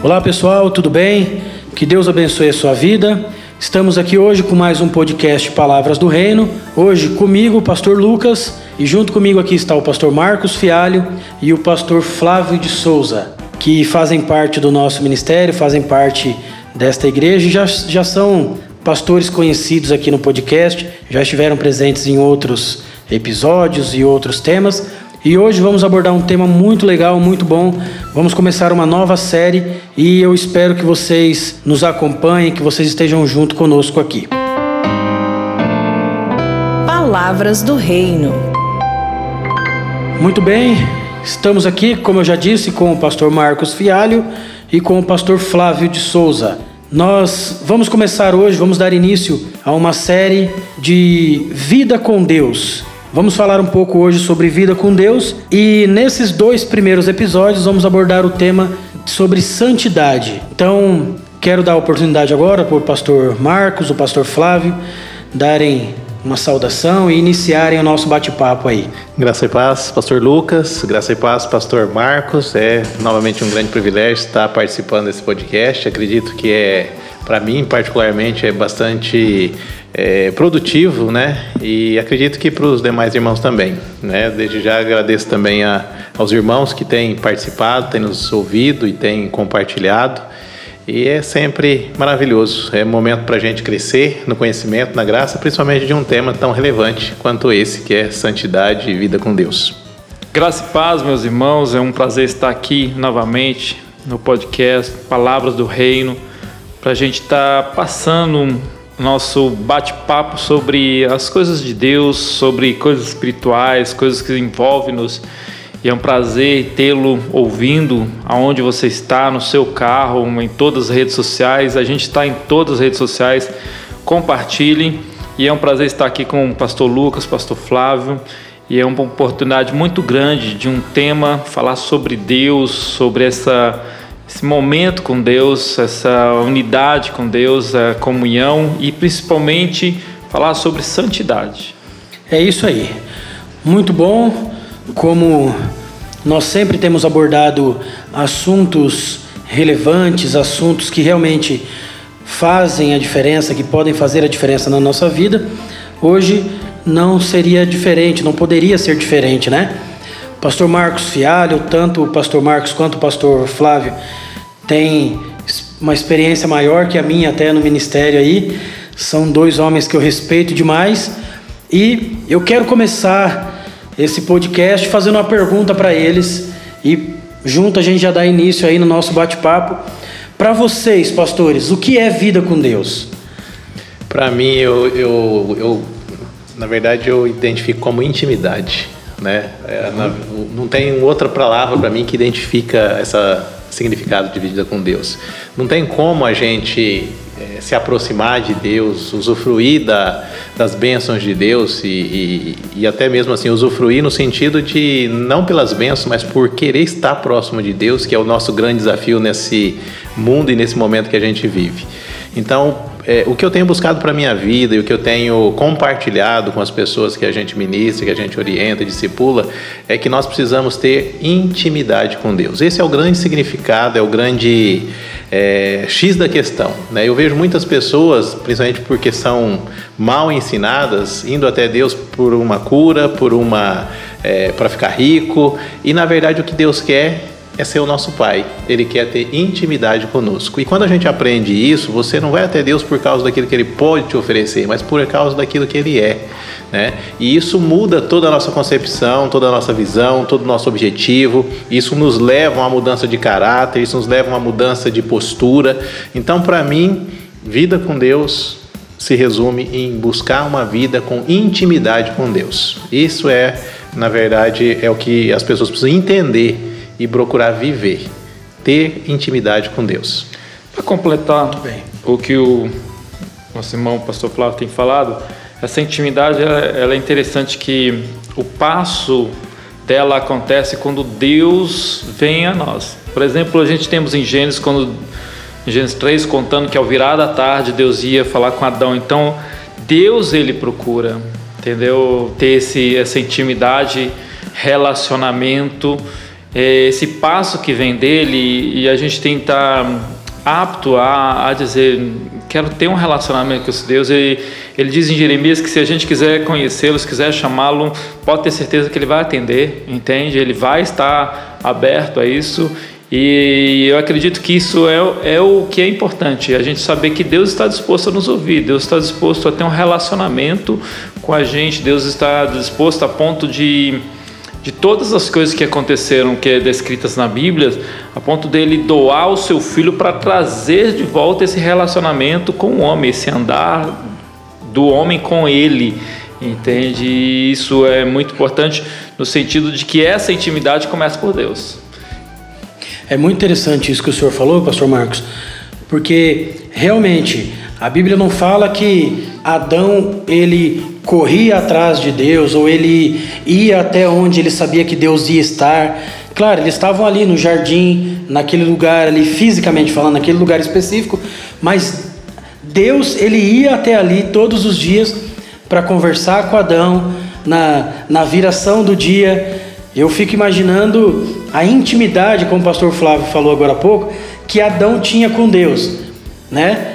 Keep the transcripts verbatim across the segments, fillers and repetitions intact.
Olá pessoal, tudo bem? Que Deus abençoe a sua vida. Estamos aqui hoje com mais um podcast Palavras do Reino. Hoje comigo o pastor Lucas e junto comigo aqui está o pastor Marcos Fialho e o pastor Flávio de Souza, que fazem parte do nosso ministério, fazem parte desta igreja e já, já são pastores conhecidos aqui no podcast, já estiveram presentes em outros episódios e outros temas. E hoje vamos abordar um tema muito legal, muito bom. Vamos começar uma nova série e eu espero que vocês nos acompanhem, que vocês estejam junto conosco aqui. Palavras do Reino. Muito bem, estamos aqui, como eu já disse, com o pastor Marcos Fialho e com o pastor Flávio de Souza. Nós vamos começar hoje, vamos dar início a uma série de Vida com Deus. Vamos falar um pouco hoje sobre vida com Deus e nesses dois primeiros episódios vamos abordar o tema sobre santidade. Então, quero dar a oportunidade agora para o pastor Marcos, o pastor Flávio, darem uma saudação e iniciarem o nosso bate-papo aí. Graça e paz, pastor Lucas, graça e paz, pastor Marcos. É novamente um grande privilégio estar participando desse podcast. Acredito que é, para mim particularmente, é bastante é, produtivo, né? E acredito que para os demais irmãos também, né? Desde já agradeço também a, aos irmãos que têm participado, têm nos ouvido e têm compartilhado. E é sempre maravilhoso, é um momento para a gente crescer no conhecimento, na graça, principalmente de um tema tão relevante quanto esse, que é santidade e vida com Deus. Graça e paz, meus irmãos, é um prazer estar aqui novamente no podcast Palavras do Reino, para a gente estar tá passando nosso bate-papo sobre as coisas de Deus, sobre coisas espirituais, coisas que envolvem-nos. E é um prazer tê-lo ouvindo aonde você está, no seu carro, em todas as redes sociais. A gente está em todas as redes sociais. Compartilhe. E é um prazer estar aqui com o pastor Lucas, pastor Flávio. E é uma oportunidade muito grande de um tema, falar sobre Deus, sobre essa, esse momento com Deus, essa unidade com Deus, a comunhão e principalmente falar sobre santidade. É isso aí. Muito bom. Como nós sempre temos abordado assuntos relevantes, assuntos que realmente fazem a diferença, que podem fazer a diferença na nossa vida, hoje não seria diferente, não poderia ser diferente, né? O pastor Marcos Fialho, tanto o pastor Marcos quanto o pastor Flávio, têm uma experiência maior que a minha até no ministério aí, são dois homens que eu respeito demais e eu quero começar esse podcast fazendo uma pergunta para eles e junto a gente já dá início aí no nosso bate-papo. Para vocês, pastores, o que é vida com Deus? Para mim, eu, eu, eu, na verdade, eu identifico como intimidade, né? É, na, não tem outra palavra para mim que identifica esse significado de vida com Deus. Não tem como a gente é, se aproximar de Deus, usufruir da, das bênçãos de Deus e, e, e até mesmo assim usufruir no sentido de não pelas bênçãos, mas por querer estar próximo de Deus, que é o nosso grande desafio nesse mundo e nesse momento que a gente vive. Então, é, o que eu tenho buscado para a minha vida e o que eu tenho compartilhado com as pessoas que a gente ministra, que a gente orienta, discipula, é que nós precisamos ter intimidade com Deus. Esse é o grande significado, é o grande é, X da questão, né? Eu vejo muitas pessoas, principalmente porque são mal ensinadas, indo até Deus por uma cura, por uma é, para ficar rico, e na verdade o que Deus quer é ser o nosso Pai. Ele quer ter intimidade conosco. E quando a gente aprende isso, você não vai até Deus por causa daquilo que Ele pode te oferecer, mas por causa daquilo que Ele é, né? E isso muda toda a nossa concepção, toda a nossa visão, todo o nosso objetivo. Isso nos leva a uma mudança de caráter, isso nos leva a uma mudança de postura. Então, para mim, vida com Deus se resume em buscar uma vida com intimidade com Deus. Isso é, na verdade, é o que as pessoas precisam entender e procurar viver, ter intimidade com Deus. Para completar o que o nosso irmão o pastor Flávio tem falado, essa intimidade ela, ela é interessante que o passo dela acontece quando Deus vem a nós. Por exemplo, a gente temos em Gênesis, quando, em Gênesis três, contando que ao virar da tarde Deus ia falar com Adão. Então, Deus ele procura, entendeu? Ter esse, essa intimidade, relacionamento. é, esse passo que vem dele, e a gente tem que estar apto a, a dizer, quero ter um relacionamento com esse Deus. Ele, ele diz em Jeremias que se a gente quiser conhecê-lo, se quiser chamá-lo, pode ter certeza que ele vai atender, entende? Ele vai estar aberto a isso, e eu acredito que isso é, é o que é importante, a gente saber que Deus está disposto a nos ouvir, Deus está disposto a ter um relacionamento com a gente, Deus está disposto a ponto de... de todas as coisas que aconteceram, que é descritas na Bíblia, a ponto dele doar o seu filho para trazer de volta esse relacionamento com o homem, esse andar do homem com ele, entende? E isso é muito importante no sentido de que essa intimidade começa por Deus. É muito interessante isso que o senhor falou, pastor Marcos, porque realmente a Bíblia não fala que Adão ele corria atrás de Deus, ou ele ia até onde ele sabia que Deus ia estar. Claro, eles estavam ali no jardim, naquele lugar ali, fisicamente falando, naquele lugar específico, mas Deus ele ia até ali todos os dias para conversar com Adão, na, na viração do dia. Eu fico imaginando a intimidade, como o pastor Flávio falou agora há pouco, que Adão tinha com Deus, né?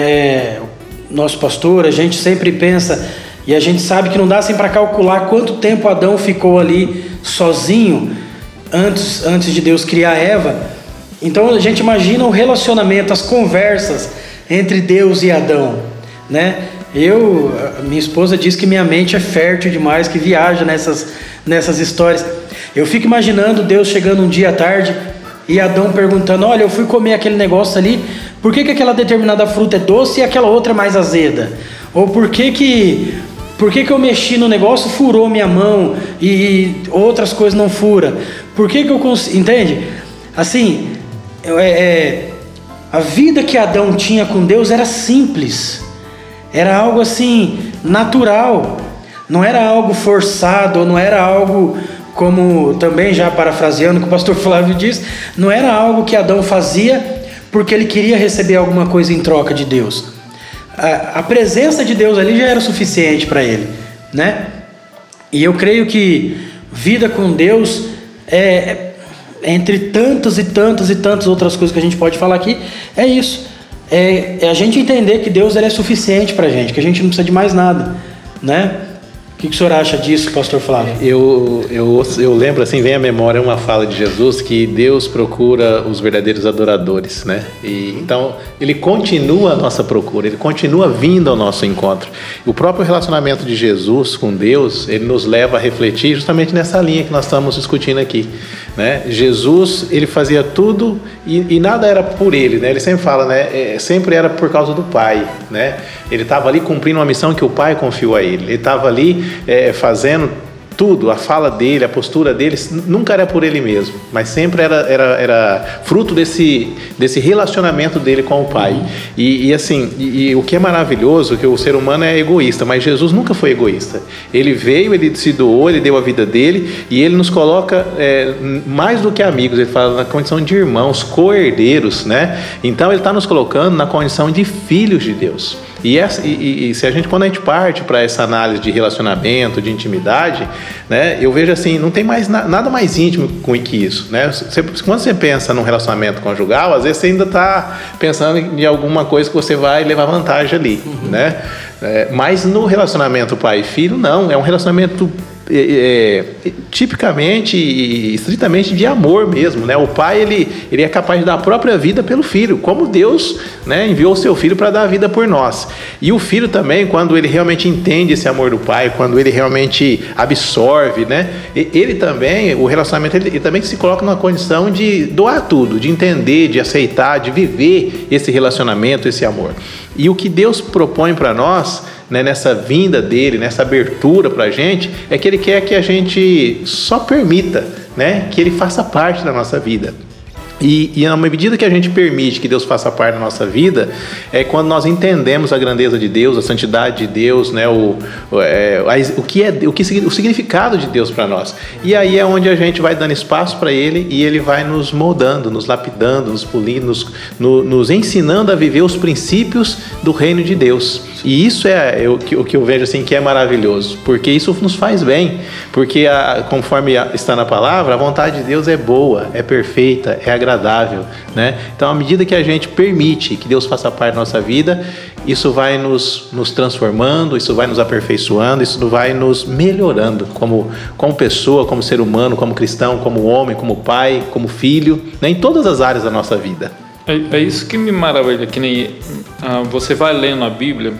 É, nosso pastor, a gente sempre pensa, e a gente sabe que não dá assim para calcular quanto tempo Adão ficou ali sozinho antes, antes de Deus criar Eva. Então a gente imagina o relacionamento, as conversas entre Deus e Adão, né? Eu, minha esposa diz que minha mente é fértil demais, que viaja nessas, nessas histórias. Eu fico imaginando Deus chegando um dia à tarde e Adão perguntando: olha, eu fui comer aquele negócio ali, por que que aquela determinada fruta é doce e aquela outra é mais azeda? Ou por que que, por que que eu mexi no negócio, furou minha mão e outras coisas não fura? Por que que eu consigo... Entende? Assim, é, é, a vida que Adão tinha com Deus era simples. Era algo assim, natural. Não era algo forçado, não era algo... Como também já parafraseando o que o pastor Flávio diz, não era algo que Adão fazia porque ele queria receber alguma coisa em troca de Deus. A, a presença de Deus ali já era suficiente para ele, né? E eu creio que vida com Deus é, é entre tantas e tantas e tantas outras coisas que a gente pode falar aqui, é isso. É, é a gente entender que Deus ele é suficiente para a gente, que a gente não precisa de mais nada, né? O que, que o senhor acha disso, pastor Flávio? Eu, eu, eu lembro, assim, vem à memória uma fala de Jesus que Deus procura os verdadeiros adoradores, né? E, então, ele continua a nossa procura, ele continua vindo ao nosso encontro. O próprio relacionamento de Jesus com Deus, ele nos leva a refletir justamente nessa linha que nós estamos discutindo aqui, né? Jesus, ele fazia tudo e, e nada era por ele, né? Ele sempre fala, né? É, sempre era por causa do Pai, né? Ele estava ali cumprindo uma missão que o Pai confiou a ele. Ele estava ali É, fazendo tudo, a fala dele, a postura dele, nunca era por ele mesmo, mas sempre era, era, era fruto desse, desse relacionamento dele com o Pai. Uhum. E, e assim, e, e o que é maravilhoso, que o ser humano é egoísta, mas Jesus nunca foi egoísta. Ele veio, ele se doou, ele deu a vida dele, e ele nos coloca é, mais do que amigos, ele fala na condição de irmãos, co-herdeiros, né? Então ele está nos colocando na condição de filhos de Deus. E, essa, e, e se a gente, quando a gente parte para essa análise de relacionamento, de intimidade, né, eu vejo assim, não tem mais na, nada mais íntimo com que isso, né? Você, quando você pensa num relacionamento conjugal, às vezes você ainda está pensando em alguma coisa que você vai levar vantagem ali, uhum. né? É, mas no relacionamento pai e filho, não, é um relacionamento É, é, tipicamente e estritamente de amor mesmo, né? O pai ele, ele é capaz de dar a própria vida pelo filho, como Deus, né, enviou o seu filho para dar a vida por nós. E o filho também, quando ele realmente entende esse amor do pai, quando ele realmente absorve, né, ele também, o relacionamento, ele, ele também se coloca numa condição de doar tudo, de entender, de aceitar, de viver esse relacionamento, esse amor. E o que Deus propõe para nós, né, nessa vinda dele, nessa abertura para a gente, é que ele quer que a gente só permita, né, que ele faça parte da nossa vida. E, e na medida que a gente permite que Deus faça parte da nossa vida, é quando nós entendemos a grandeza de Deus, a santidade de Deus, né, o, é, o, que é, o, que, o significado de Deus para nós. E aí é onde a gente vai dando espaço para Ele e Ele vai nos moldando, nos lapidando, nos polindo, nos, no, nos ensinando a viver os princípios do reino de Deus. E isso é o que, o que eu vejo assim que é maravilhoso, porque isso nos faz bem, porque a, conforme está na palavra, a vontade de Deus é boa, é perfeita, é agradável, né? Então, à medida que a gente permite que Deus faça parte da nossa vida, isso vai nos, nos transformando, isso vai nos aperfeiçoando, isso vai nos melhorando como, como pessoa, como ser humano, como cristão, como homem, como pai, como filho, né? Em todas as áreas da nossa vida. É, é isso que me maravilha, que nem ah, você vai lendo a Bíblia,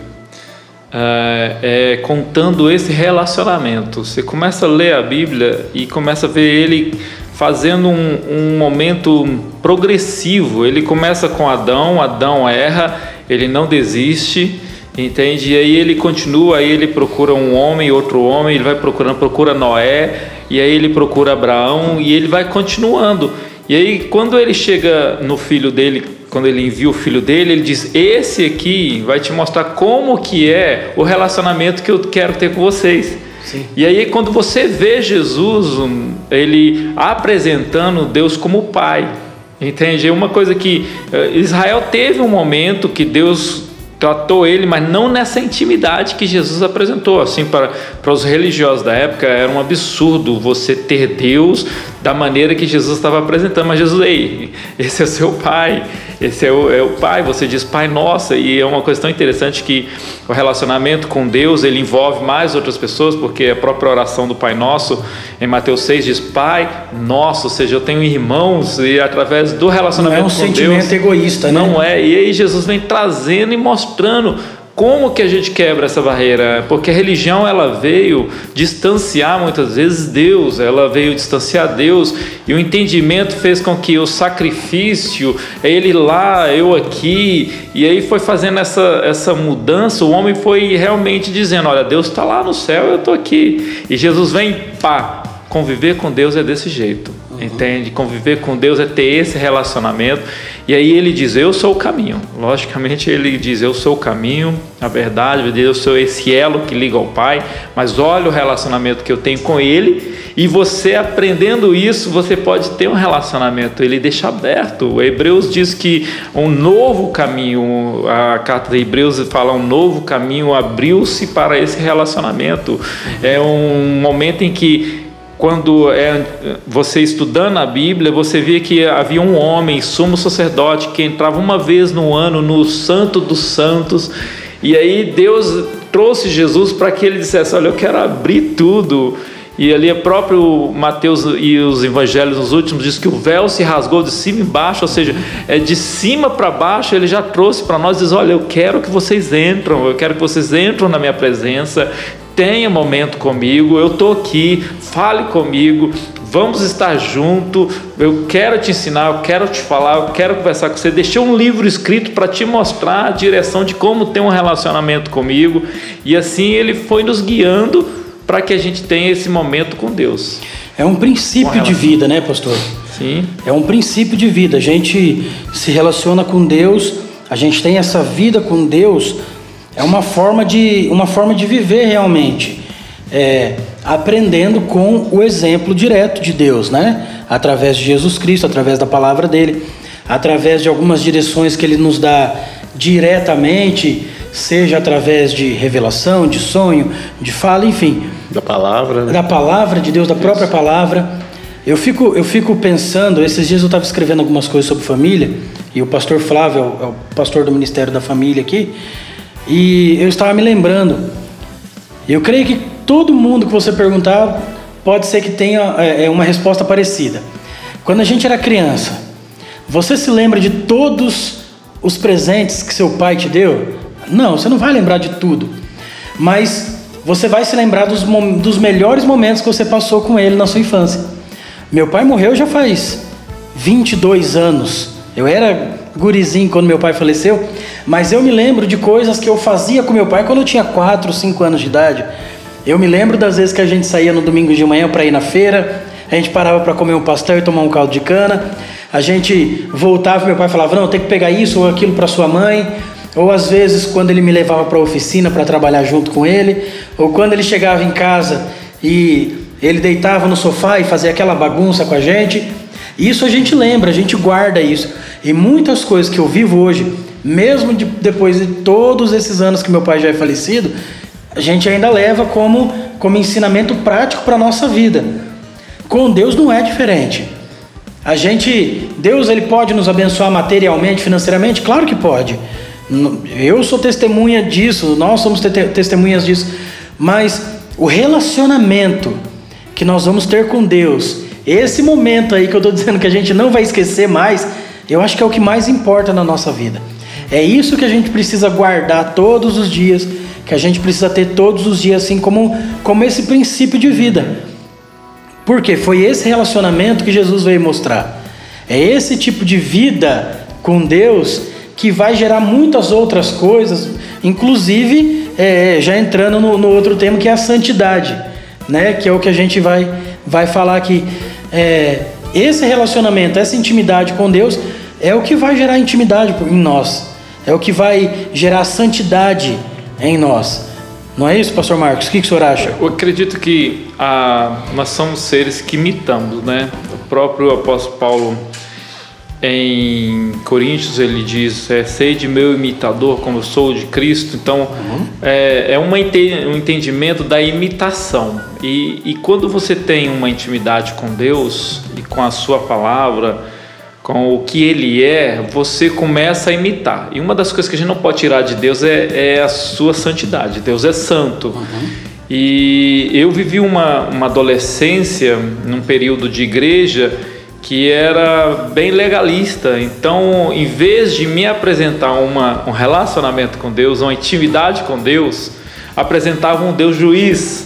ah, é, contando esse relacionamento. Você começa a ler a Bíblia e começa a ver ele fazendo um, um momento progressivo. Ele começa com Adão, Adão erra, ele não desiste, entende? E aí ele continua, aí ele procura um homem, outro homem, ele vai procurando, procura Noé, e aí ele procura Abraão, e ele vai continuando. E aí, quando ele chega no filho dele, quando ele envia o filho dele, ele diz: esse aqui vai te mostrar como que é o relacionamento que eu quero ter com vocês. Sim. E aí, quando você vê Jesus, ele apresentando Deus como Pai, entende? É uma coisa que Israel teve um momento que Deus tratou ele, mas não nessa intimidade que Jesus apresentou. Assim, para, para os religiosos da época, era um absurdo você ter Deus da maneira que Jesus estava apresentando. Mas Jesus, ei, esse é o seu Pai, esse é o, é o Pai. Você diz Pai Nossa, e é uma coisa tão interessante que o relacionamento com Deus, ele envolve mais outras pessoas, porque a própria oração do Pai Nosso, em Mateus seis, diz Pai Nosso, ou seja, eu tenho irmãos, e através do relacionamento com Deus... Não é um sentimento egoísta, né? Não é, e aí Jesus vem trazendo e mostrando como que a gente quebra essa barreira, porque a religião, ela veio distanciar muitas vezes Deus, ela veio distanciar Deus, e o entendimento fez com que o sacrifício, ele lá, eu aqui, e aí foi fazendo essa, essa mudança. O homem foi realmente dizendo: olha, Deus está lá no céu, eu estou aqui, e Jesus vem, pá, conviver com Deus é desse jeito. Uhum. Entende? Conviver com Deus é ter esse relacionamento. E aí ele diz: eu sou o caminho. Logicamente ele diz: eu sou o caminho, a verdade, eu sou esse elo que liga ao Pai. Mas olha o relacionamento que eu tenho com Ele. E você aprendendo isso, você pode ter um relacionamento. Ele deixa aberto. O Hebreus diz que um novo caminho, a carta de Hebreus fala, um novo caminho abriu-se para esse relacionamento. É um momento em que, quando é, você estudando a Bíblia, você via que havia um homem, sumo sacerdote, que entrava uma vez no ano no Santo dos Santos, e aí Deus trouxe Jesus para que ele dissesse: olha, eu quero abrir tudo. E ali o próprio Mateus e os evangelhos nos últimos diz que o véu se rasgou de cima e embaixo, ou seja, é de cima para baixo. Ele já trouxe para nós, diz: olha, eu quero que vocês entram, eu quero que vocês entram na minha presença, tenha momento comigo, eu estou aqui, fale comigo, vamos estar junto, eu quero te ensinar, eu quero te falar, eu quero conversar com você. Deixei um livro escrito para te mostrar a direção de como ter um relacionamento comigo. E assim ele foi nos guiando para que a gente tenha esse momento com Deus. É um princípio de vida, né, pastor? Sim. É um princípio de vida. A gente se relaciona com Deus, a gente tem essa vida com Deus. É uma forma de, uma forma de viver realmente, é, aprendendo com o exemplo direto de Deus, né? Através de Jesus Cristo, através da palavra dele, através de algumas direções que ele nos dá diretamente, seja através de revelação, de sonho, de fala, enfim. Da palavra, né? Da palavra de Deus, da Isso. própria palavra. Eu fico, eu fico pensando, esses dias eu estava escrevendo algumas coisas sobre família, e o pastor Flávio é o, é o pastor do Ministério da Família aqui, e eu estava me lembrando, eu creio que todo mundo que você perguntar pode ser que tenha é, uma resposta parecida. Quando a gente era criança, você se lembra de todos os presentes que seu pai te deu? Não, você não vai lembrar de tudo, mas você vai se lembrar dos, dos melhores momentos que você passou com ele na sua infância. Meu pai morreu já faz vinte e dois anos, eu era gurizinho quando meu pai faleceu, mas eu me lembro de coisas que eu fazia com meu pai quando eu tinha quatro, cinco anos de idade. Eu me lembro das vezes que a gente saía no domingo de manhã para ir na feira, a gente parava para comer um pastel e tomar um caldo de cana, a gente voltava e meu pai falava: não, tem que pegar isso ou aquilo para sua mãe. Ou às vezes quando ele me levava para a oficina para trabalhar junto com ele, ou quando ele chegava em casa e ele deitava no sofá e fazia aquela bagunça com a gente. Isso a gente lembra, a gente guarda isso. E muitas coisas que eu vivo hoje, mesmo de, depois de todos esses anos que meu pai já é falecido, a gente ainda leva como, como ensinamento prático para a nossa vida. Com Deus não é diferente. A gente, Deus ele pode nos abençoar materialmente, financeiramente? Claro que pode. Eu sou testemunha disso, nós somos te- testemunhas disso. Mas o relacionamento que nós vamos ter com Deus, esse momento aí que eu estou dizendo que a gente não vai esquecer mais, eu acho que é o que mais importa na nossa vida. É isso que a gente precisa guardar todos os dias, que a gente precisa ter todos os dias, assim como, como esse princípio de vida. Porque foi esse relacionamento que Jesus veio mostrar. É esse tipo de vida com Deus que vai gerar muitas outras coisas, inclusive é, já entrando no, no outro tema, que é a santidade, né? Que é o que a gente vai, vai falar aqui. É, esse relacionamento, essa intimidade com Deus é o que vai gerar intimidade em nós, é o que vai gerar santidade em nós. Não é isso, pastor Marcos? O que, que o senhor acha? Eu acredito que ah, nós somos seres que imitamos, né? O próprio apóstolo Paulo, em Coríntios, ele diz: é, sede meu imitador como eu sou de Cristo. Então, uhum. é, é uma, um entendimento da imitação. E, e quando você tem uma intimidade com Deus e com a sua palavra, com o que Ele é, você começa a imitar. E uma das coisas que a gente não pode tirar de Deus é, é a sua santidade. Deus é santo. Uhum. E eu vivi uma, uma adolescência, num período de igreja, que era bem legalista. Então, em vez de me apresentar uma, um relacionamento com Deus, uma intimidade com Deus, apresentava um Deus juiz.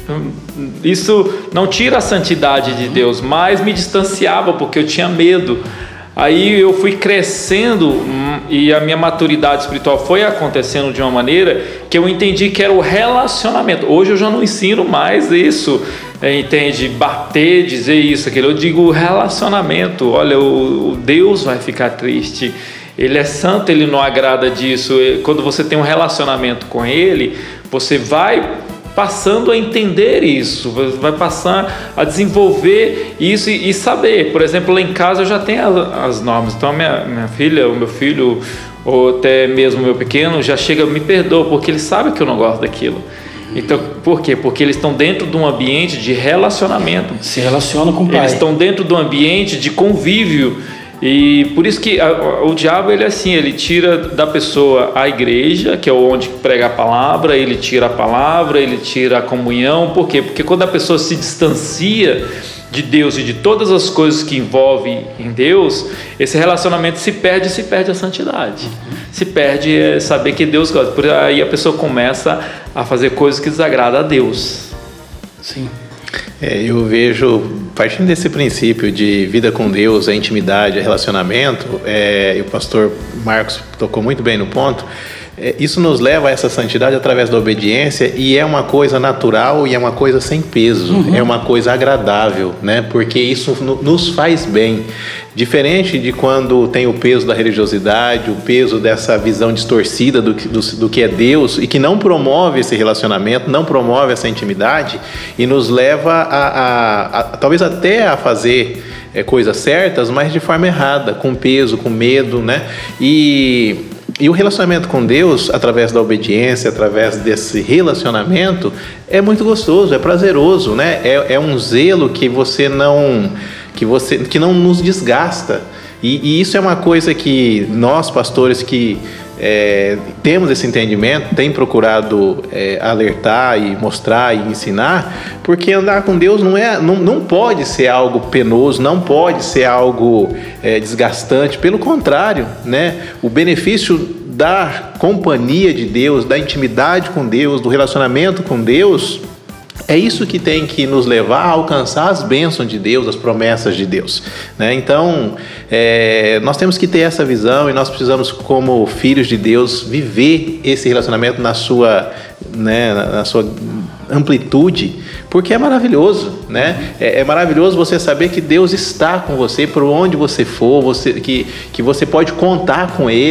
Isso não tira a santidade de Deus, mas me distanciava porque eu tinha medo. Aí eu fui crescendo e a minha maturidade espiritual foi acontecendo de uma maneira que eu entendi que era o relacionamento. Hoje eu já não ensino mais isso, entende? Bater, dizer isso, aquilo. Eu digo relacionamento. Olha, o Deus vai ficar triste. Ele é santo, ele não agrada disso. Quando você tem um relacionamento com ele, você vai passando a entender isso, vai passar a desenvolver isso e, e saber. Por exemplo, lá em casa eu já tenho as, as normas. Então a minha, minha filha, o meu filho, ou até mesmo o meu pequeno, já chega, me perdoa, porque ele sabe que eu não gosto daquilo. Então, por quê? Porque eles estão dentro de um ambiente de relacionamento. Se relacionam com o pai. Eles estão dentro de um ambiente de convívio. E por isso que a, o diabo, ele é assim, ele tira da pessoa a igreja, que é onde prega a palavra, ele tira a palavra, ele tira a comunhão. Por quê? Porque quando a pessoa se distancia de Deus e de todas as coisas que envolvem em Deus, esse relacionamento se perde e se perde a santidade. Uhum. Se perde é saber que Deus gosta. Por aí a pessoa começa a fazer coisas que desagradam a Deus. Sim. É, eu vejo, partindo desse princípio de vida com Deus, a intimidade, a relacionamento, é, e o pastor Marcos tocou muito bem no ponto, é, isso nos leva a essa santidade através da obediência, e é uma coisa natural e é uma coisa sem peso, uhum. é uma coisa agradável, né? Porque isso no, nos faz bem. Diferente de quando tem o peso da religiosidade, o peso dessa visão distorcida do, do, do que é Deus e que não promove esse relacionamento, não promove essa intimidade e nos leva a, a, a talvez até a fazer é, coisas certas, mas de forma errada, com peso, com medo, né? E, e o relacionamento com Deus, através da obediência, através desse relacionamento, é muito gostoso, é prazeroso, né? É, é um zelo que você não... Que, você, que não nos desgasta. E, e isso é uma coisa que nós, pastores, que é, temos esse entendimento, tem procurado é, alertar e mostrar e ensinar, porque andar com Deus não, é, não, não pode ser algo penoso, não pode ser algo é, desgastante. Pelo contrário, né? O benefício da companhia de Deus, da intimidade com Deus, do relacionamento com Deus, é isso que tem que nos levar a alcançar as bênçãos de Deus, as promessas de Deus, né? Então, é, nós temos que ter essa visão e nós precisamos, como filhos de Deus, viver esse relacionamento na sua, né, na sua amplitude, porque é maravilhoso, né? É, é maravilhoso você saber que Deus está com você por onde você for, você, que, que você pode contar com Ele,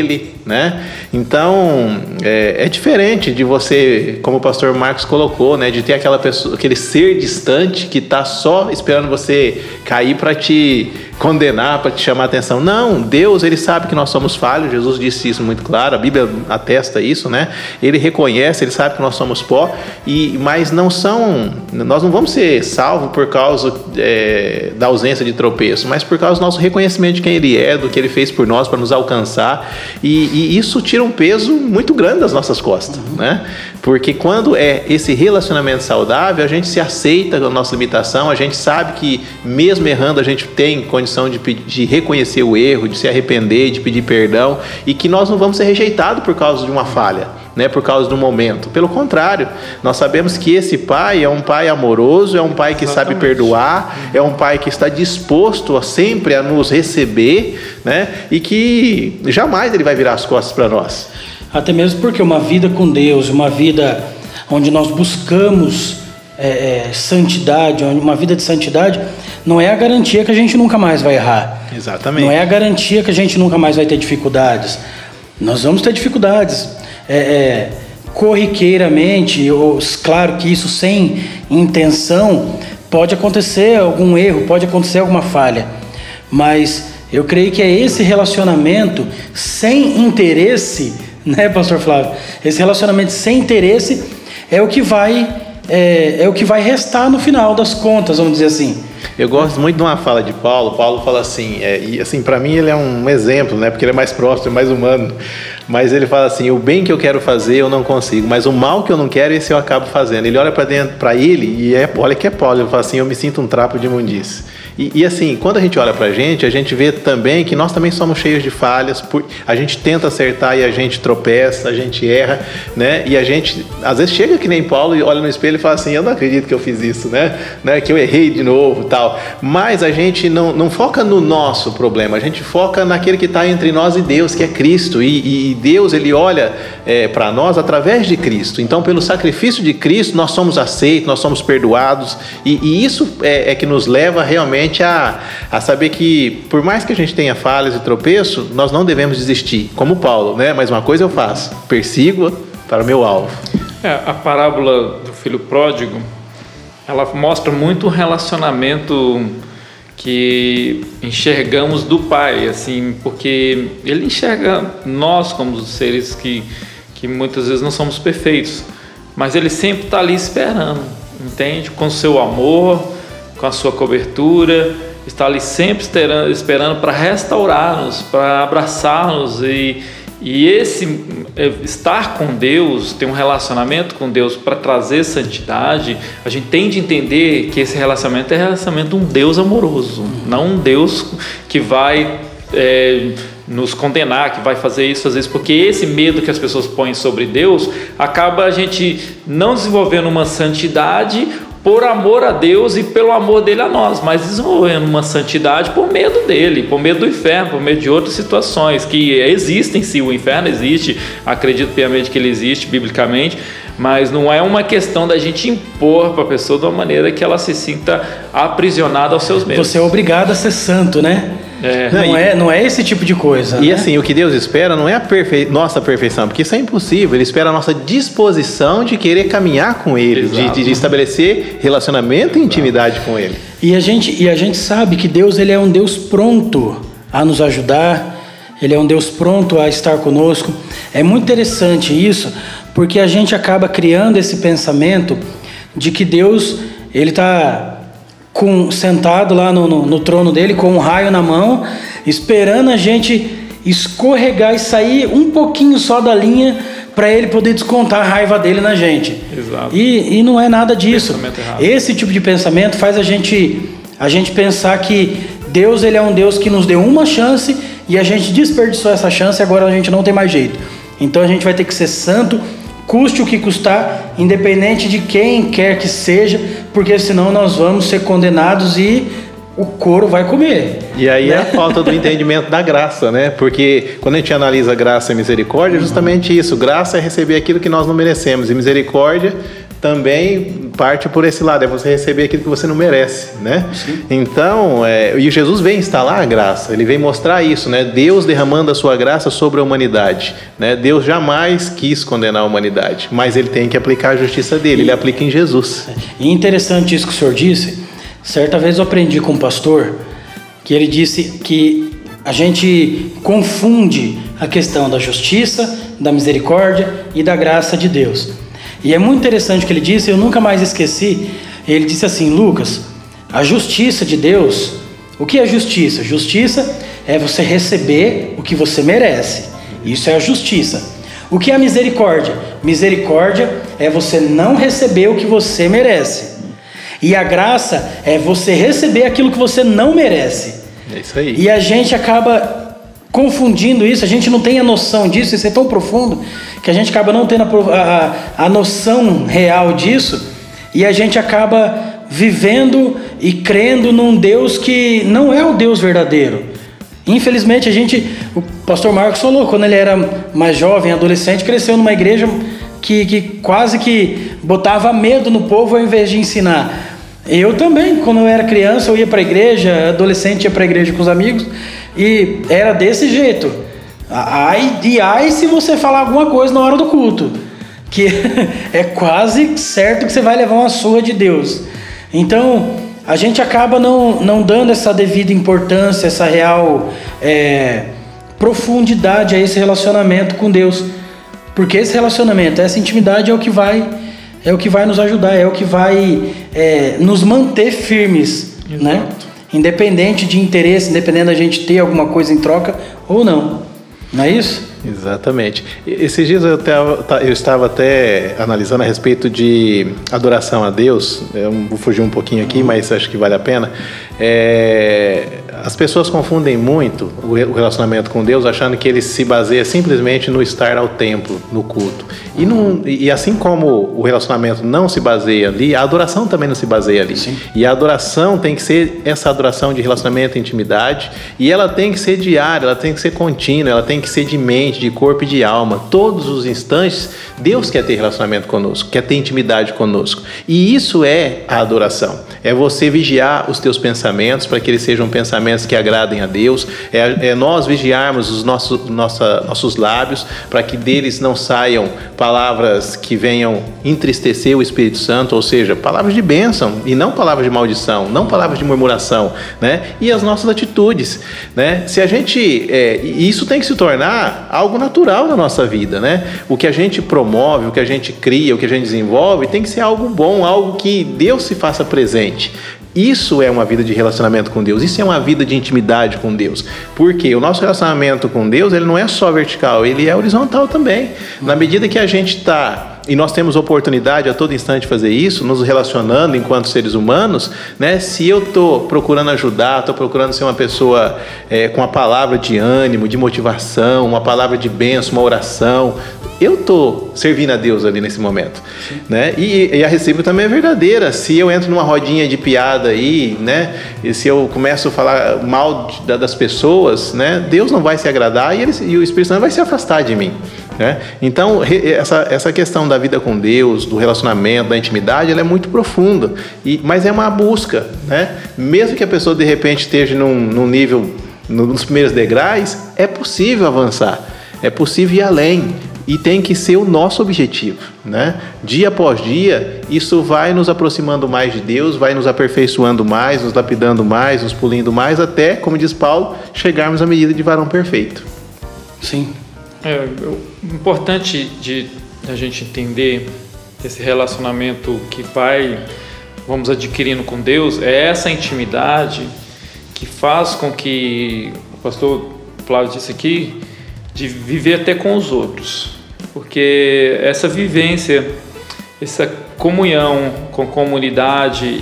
né? Então, é, é diferente de você, como o pastor Marcos colocou, né? De ter aquela pessoa, aquele ser distante que está só esperando você cair para te condenar, para te chamar a atenção. Não, Deus, ele sabe que nós somos falhos, Jesus disse isso muito claro, a Bíblia atesta isso, né? Ele reconhece, ele sabe que nós somos pó, e, mas não são, nós não vamos ser salvos por causa é, da ausência de tropeço, mas por causa do nosso reconhecimento de quem ele é, do que ele fez por nós para nos alcançar, e, e isso tira um peso muito grande das nossas costas, uhum. né? Porque quando é esse relacionamento saudável, a gente se aceita a nossa limitação, a gente sabe que mesmo errando a gente tem condição De, de reconhecer o erro, de se arrepender, de pedir perdão, e que nós não vamos ser rejeitados por causa de uma falha, né, por causa do momento. Pelo contrário, nós sabemos que esse pai é um pai amoroso, é um pai que Exatamente. Sabe perdoar, é um pai que está disposto a sempre a nos receber, né, e que jamais ele vai virar as costas para nós. Até mesmo porque uma vida com Deus, uma vida onde nós buscamos é, é, santidade, uma vida de santidade, não é a garantia que a gente nunca mais vai errar. Exatamente. Não é a garantia que a gente nunca mais vai ter dificuldades. Nós vamos ter dificuldades é, é, corriqueiramente, ou, claro que isso sem intenção, pode acontecer algum erro, pode acontecer alguma falha, mas eu creio que é esse relacionamento sem interesse, né, pastor Flávio? Esse relacionamento sem interesse é o que vai, é, é o que vai restar no final das contas, vamos dizer assim. Eu gosto muito de uma fala de Paulo. Paulo fala assim, é, e assim, para mim ele é um exemplo, né? Porque ele é mais próximo, mais humano. Mas ele fala assim: o bem que eu quero fazer eu não consigo, mas o mal que eu não quero, esse eu acabo fazendo. Ele olha para dentro, para ele, e é, olha que é Paulo. Ele fala assim: eu me sinto um trapo de imundície. E, e assim, quando a gente olha para a gente, a gente vê também que nós também somos cheios de falhas. Por, a gente tenta acertar e a gente tropeça, a gente erra, né? E a gente, às vezes, chega que nem Paulo e olha no espelho e fala assim: eu não acredito que eu fiz isso, né? né? Que eu errei de novo, tal. Mas a gente não, não foca no nosso problema, a gente foca naquele que está entre nós e Deus, que é Cristo. E, e Deus, ele olha é, para nós através de Cristo. Então, pelo sacrifício de Cristo, nós somos aceitos, nós somos perdoados. E, e isso é, é que nos leva realmente A, a saber que, por mais que a gente tenha falhas e tropeço, nós não devemos desistir, como Paulo, né? Mas uma coisa eu faço: persigo para o meu alvo. É, a parábola do filho pródigo, ela mostra muito o relacionamento que enxergamos do pai, assim, porque ele enxerga nós como seres que, que muitas vezes não somos perfeitos, mas ele sempre está ali esperando, entende? Com o seu amor, com a sua cobertura, está ali sempre esperando, esperando para restaurar-nos, para abraçar-nos, e, e esse estar com Deus, ter um relacionamento com Deus para trazer santidade, a gente tem de entender que esse relacionamento é relacionamento de um Deus amoroso, não um Deus que vai é, nos condenar, que vai fazer isso às vezes, porque esse medo que as pessoas põem sobre Deus acaba a gente não desenvolvendo uma santidade por amor a Deus e pelo amor dele a nós, mas desenvolvendo uma santidade por medo dele, por medo do inferno, por medo de outras situações que existem. Sim, o inferno existe, acredito piamente que ele existe biblicamente, mas não é uma questão da gente impor para a pessoa de uma maneira que ela se sinta aprisionada aos seus medos. Você é obrigado a ser santo, né? É, não, é, não é esse tipo de coisa. E né? assim, o que Deus espera não é a perfe... nossa perfeição, porque isso é impossível. Ele espera a nossa disposição de querer caminhar com Ele, de, de estabelecer relacionamento e intimidade com Ele. E a gente, e a gente sabe que Deus, ele é um Deus pronto a nos ajudar, Ele é um Deus pronto a estar conosco. É muito interessante isso, porque a gente acaba criando esse pensamento de que Deus, Ele está com, sentado lá no, no, no trono dele, com um raio na mão, esperando a gente escorregar e sair um pouquinho só da linha para ele poder descontar a raiva dele na gente. Exato. E, e não é nada disso. Esse tipo de pensamento faz a gente, a gente pensar que Deus, ele é um Deus que nos deu uma chance e a gente desperdiçou essa chance e agora a gente não tem mais jeito. Então a gente vai ter que ser santo, custe o que custar, independente de quem quer que seja, porque senão nós vamos ser condenados e o couro vai comer. E aí né? É a falta do entendimento da graça, né? Porque quando a gente analisa graça e misericórdia, é justamente isso. Graça é receber aquilo que nós não merecemos, e misericórdia também parte por esse lado, é você receber aquilo que você não merece, né? Sim. Então, é, e Jesus vem instalar a graça, ele vem mostrar isso, né? Deus derramando a sua graça sobre a humanidade, né? Deus jamais quis condenar a humanidade, mas ele tem que aplicar a justiça dele, e, ele aplica em Jesus. E interessante isso que o senhor disse. Certa vez eu aprendi com um pastor que ele disse que a gente confunde a questão da justiça, da misericórdia e da graça de Deus. E é muito interessante o que ele disse, eu nunca mais esqueci. Ele disse assim: Lucas, a justiça de Deus, o que é justiça? Justiça é você receber o que você merece. Isso é a justiça. O que é a misericórdia? Misericórdia é você não receber o que você merece. E a graça é você receber aquilo que você não merece. É isso aí. E a gente acaba confundindo isso, a gente não tem a noção disso, isso é tão profundo, que a gente acaba não tendo a, a, a noção real disso, e a gente acaba vivendo e crendo num Deus que não é o Deus verdadeiro. Infelizmente a gente, o pastor Marcos falou, quando ele era mais jovem, adolescente, cresceu numa igreja que, que quase que botava medo no povo ao invés de ensinar. Eu também, quando eu era criança, eu ia para a igreja, adolescente ia para a igreja com os amigos, e era desse jeito. Ai, e ai se você falar alguma coisa na hora do culto, que é quase certo que você vai levar uma surra de Deus. Então, a gente acaba não, não dando essa devida importância, essa real é, profundidade a esse relacionamento com Deus. Porque esse relacionamento, essa intimidade é o que vai, é o que vai nos ajudar, é o que vai é, nos manter firmes, exato, né? Independente de interesse, independente da gente ter alguma coisa em troca ou não. Não é isso? Exatamente. Esses dias eu, até, eu estava até analisando a respeito de adoração a Deus. Eu vou fugir um pouquinho aqui, mas acho que vale a pena. É, as pessoas confundem muito o relacionamento com Deus, achando que ele se baseia simplesmente no estar ao templo, no culto. E, não, e assim como o relacionamento não se baseia ali, a adoração também não se baseia ali. Sim. E a adoração tem que ser essa adoração de relacionamento e intimidade, e ela tem que ser diária, ela tem que ser contínua, ela tem que ser de mente, de corpo e de alma. Todos os instantes, Deus quer ter relacionamento conosco, quer ter intimidade conosco. E isso é a adoração. É você vigiar os teus pensamentos para que eles sejam pensamentos que agradem a Deus. É, é nós vigiarmos os nossos, nossa, nossos lábios para que deles não saiam palavras que venham entristecer o Espírito Santo, ou seja, palavras de bênção e não palavras de maldição, não palavras de murmuração, né? E as nossas atitudes, né? Se a gente, é, isso tem que se tornar algo natural na nossa vida, né? O que a gente promove, o que a gente cria, o que a gente desenvolve tem que ser algo bom, algo que Deus se faça presente. Isso é uma vida de relacionamento com Deus, isso é uma vida de intimidade com Deus, porque o nosso relacionamento com Deus, ele não é só vertical, ele é horizontal também. Na medida que a gente está, e nós temos oportunidade a todo instante de fazer isso, nos relacionando enquanto seres humanos, né? Se eu estou procurando ajudar, estou procurando ser uma pessoa é, com uma palavra de ânimo, de motivação, uma palavra de bênção, uma oração, eu estou servindo a Deus ali nesse momento, né? E, e a recíproca também é verdadeira. Se eu entro numa rodinha de piada aí, né? E se eu começo a falar mal de, das pessoas, né? Deus não vai se agradar e, ele, e o Espírito Santo vai se afastar de mim, né? Então, essa, essa questão da vida com Deus, do relacionamento, da intimidade, ela é muito profunda, e, mas é uma busca, né? Mesmo que a pessoa de repente esteja num, num nível, nos primeiros degraus, é possível avançar, é possível ir além. E tem que ser o nosso objetivo, né? Dia após dia, isso vai nos aproximando mais de Deus, vai nos aperfeiçoando mais, nos lapidando mais, nos polindo mais, até, como diz Paulo, chegarmos à medida de varão perfeito. Sim. É, o importante de a gente entender esse relacionamento que vai, vamos adquirindo com Deus, é essa intimidade que faz com que, o pastor Flávio disse aqui, de viver até com os outros. Porque essa vivência, essa comunhão com a comunidade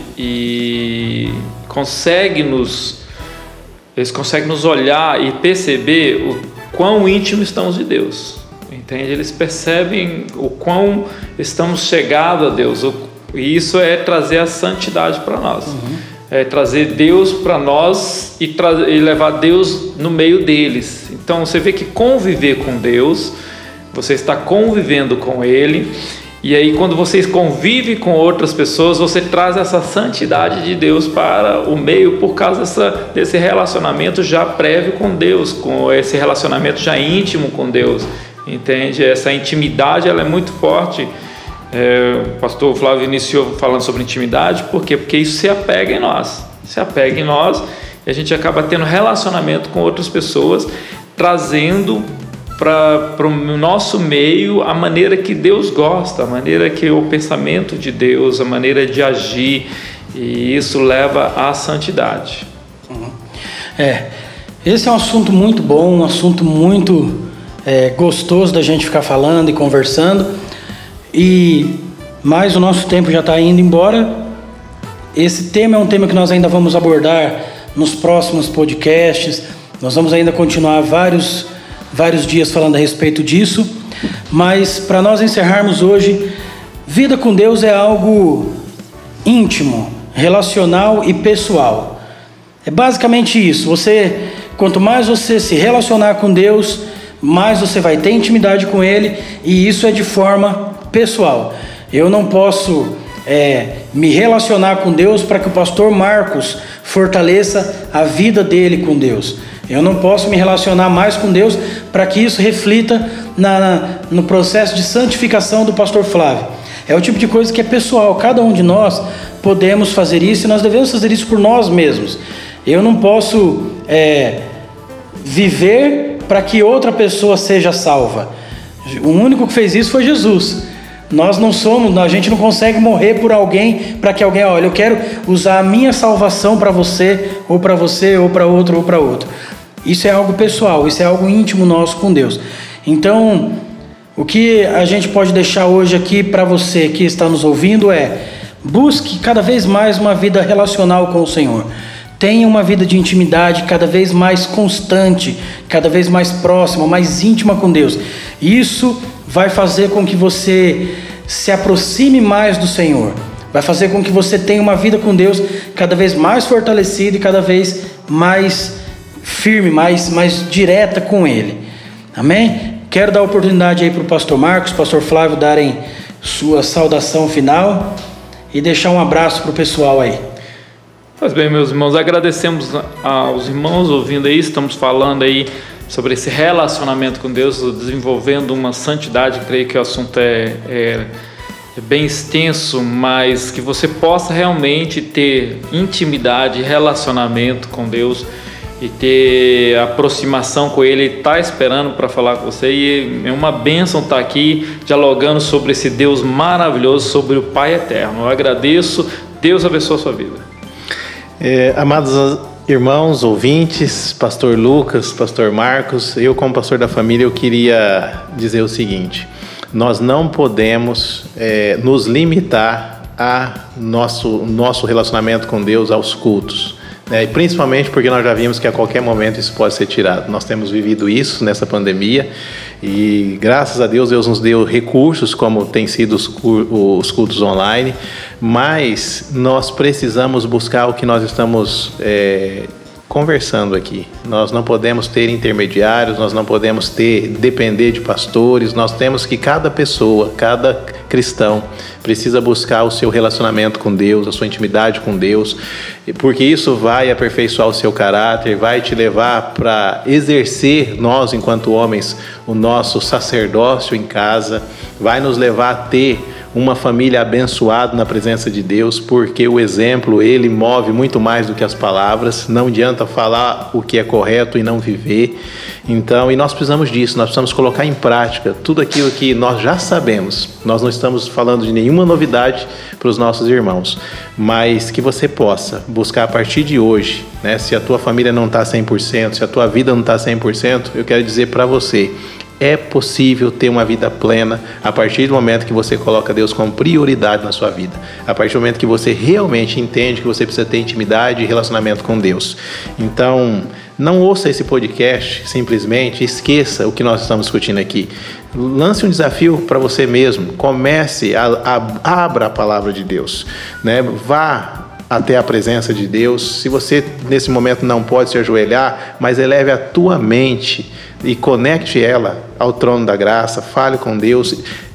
e consegue nos, eles conseguem nos olhar e perceber o quão íntimos estamos de Deus, entende? Eles percebem o quão estamos chegados a Deus, e isso é trazer a santidade para nós, uhum. É trazer Deus para nós e, tra- e levar Deus no meio deles. Então você vê que conviver com Deus, você está convivendo com Ele, E aí, quando você convive com outras pessoas, você traz essa santidade de Deus para o meio por causa dessa, desse relacionamento já prévio com Deus, com esse relacionamento já íntimo com Deus, entende? Essa intimidade, ela é muito forte. É, o pastor Flávio iniciou falando sobre intimidade, por quê? Porque isso se apega em nós, se apega em nós e a gente acaba tendo relacionamento com outras pessoas, trazendo para o nosso meio a maneira que Deus gosta, a maneira que o pensamento de Deus, a maneira de agir, e isso leva à santidade. Uhum. É, esse é um assunto muito bom, um assunto muito é, gostoso da gente ficar falando e conversando, e mas o nosso tempo já está indo embora. Esse tema é um tema que nós ainda vamos abordar nos próximos podcasts, nós vamos ainda continuar vários vários dias falando a respeito disso, mas para nós encerrarmos hoje, vida com Deus é algo íntimo, relacional e pessoal. É basicamente isso. Você, quanto mais você se relacionar com Deus, mais você vai ter intimidade com Ele, e isso é de forma pessoal. Eu não posso é, me relacionar com Deus para que o pastor Marcos fortaleça a vida dele com Deus. Eu não posso me relacionar mais com Deus para que isso reflita na, na, no processo de santificação do pastor Flávio. É o tipo de coisa que é pessoal. Cada um de nós podemos fazer isso, e nós devemos fazer isso por nós mesmos. Eu não posso é, viver para que outra pessoa seja salva. O único que fez isso foi Jesus. Nós não somos, a gente não consegue morrer por alguém para que alguém, olha, eu quero usar a minha salvação para você, ou para você, ou para outro, ou para outro. Isso é algo pessoal, isso é algo íntimo nosso com Deus. Então, o que a gente pode deixar hoje aqui para você que está nos ouvindo é: busque cada vez mais uma vida relacional com o Senhor. Tenha uma vida de intimidade cada vez mais constante, cada vez mais próxima, mais íntima com Deus. Isso vai fazer com que você se aproxime mais do Senhor. Vai fazer com que você tenha uma vida com Deus cada vez mais fortalecida e cada vez mais firme, mais, mais direta com Ele. Amém? Quero dar a oportunidade aí para o pastor Marcos, pastor Flávio darem sua saudação final e deixar um abraço para o pessoal aí. Pois bem, meus irmãos, agradecemos aos irmãos ouvindo aí, estamos falando aí sobre esse relacionamento com Deus, desenvolvendo uma santidade. Creio que o assunto é, é, é bem extenso, mas que você possa realmente ter intimidade, relacionamento com Deus e ter aproximação com Ele. Ele está esperando para falar com você, e é uma bênção estar aqui dialogando sobre esse Deus maravilhoso, sobre o Pai Eterno. Eu agradeço, Deus abençoe a sua vida. É, amados irmãos, ouvintes, pastor Lucas, pastor Marcos, eu como pastor da família, eu queria dizer o seguinte: nós não podemos é, nos limitar a nosso, nosso relacionamento com Deus aos cultos, né? E principalmente porque nós já vimos que a qualquer momento isso pode ser tirado. Nós temos vivido isso nessa pandemia, e graças a Deus, Deus nos deu recursos como tem sido os, os cultos online, mas nós precisamos buscar o que nós estamos é, conversando aqui. Nós não podemos ter intermediários, nós não podemos ter depender de pastores. Nós temos que cada pessoa, cada cristão precisa buscar o seu relacionamento com Deus, a sua intimidade com Deus, porque isso vai aperfeiçoar o seu caráter, vai te levar para exercer, nós enquanto homens, o nosso sacerdócio em casa, vai nos levar a ter uma família abençoada na presença de Deus, porque o exemplo, ele move muito mais do que as palavras. Não adianta falar o que é correto e não viver. Então, e nós precisamos disso, nós precisamos colocar em prática tudo aquilo que nós já sabemos. Nós não estamos falando de nenhuma novidade para os nossos irmãos, mas que você possa buscar a partir de hoje, né? Se a tua família não está cem por cento, se a tua vida não está cem por cento, eu quero dizer para você: é possível ter uma vida plena a partir do momento que você coloca Deus como prioridade na sua vida. A partir do momento que você realmente entende que você precisa ter intimidade e relacionamento com Deus. Então, não ouça esse podcast simplesmente, esqueça o que nós estamos discutindo aqui. Lance um desafio para você mesmo. Comece, a, a, abra a palavra de Deus, né? Vá até a presença de Deus. Se você nesse momento não pode se ajoelhar, mas eleve a tua mente e conecte ela ao trono da graça, fale com Deus,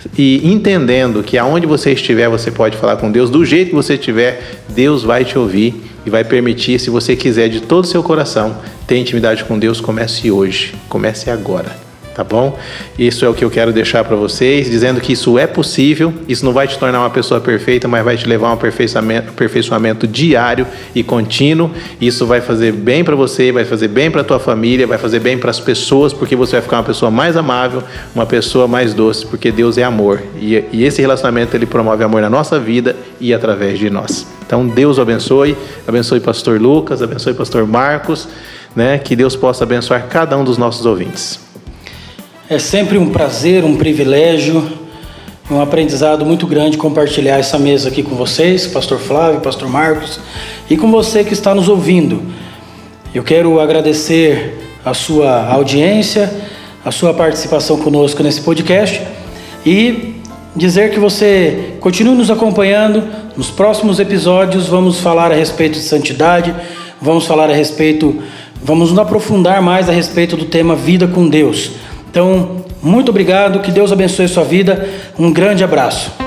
e entendendo que aonde você estiver, você pode falar com Deus, do jeito que você estiver, Deus vai te ouvir e vai permitir, se você quiser de todo o seu coração ter intimidade com Deus, comece hoje, comece agora. Tá bom? Isso é o que eu quero deixar para vocês, dizendo que isso é possível, isso não vai te tornar uma pessoa perfeita, mas vai te levar a um aperfeiçoamento, aperfeiçoamento diário e contínuo. Isso vai fazer bem para você, vai fazer bem para a tua família, vai fazer bem para as pessoas, porque você vai ficar uma pessoa mais amável, uma pessoa mais doce, porque Deus é amor. E, e esse relacionamento, ele promove amor na nossa vida e através de nós. Então, Deus o abençoe, abençoe pastor Lucas, abençoe pastor Marcos, né? Que Deus possa abençoar cada um dos nossos ouvintes. É sempre um prazer, um privilégio, um aprendizado muito grande compartilhar essa mesa aqui com vocês, pastor Flávio, pastor Marcos, e com você que está nos ouvindo. Eu quero agradecer a sua audiência, a sua participação conosco nesse podcast e dizer que você continue nos acompanhando. Nos próximos episódios vamos falar a respeito de santidade, vamos falar a respeito, vamos nos aprofundar mais a respeito do tema Vida com Deus. Então, muito obrigado, que Deus abençoe a sua vida, um grande abraço.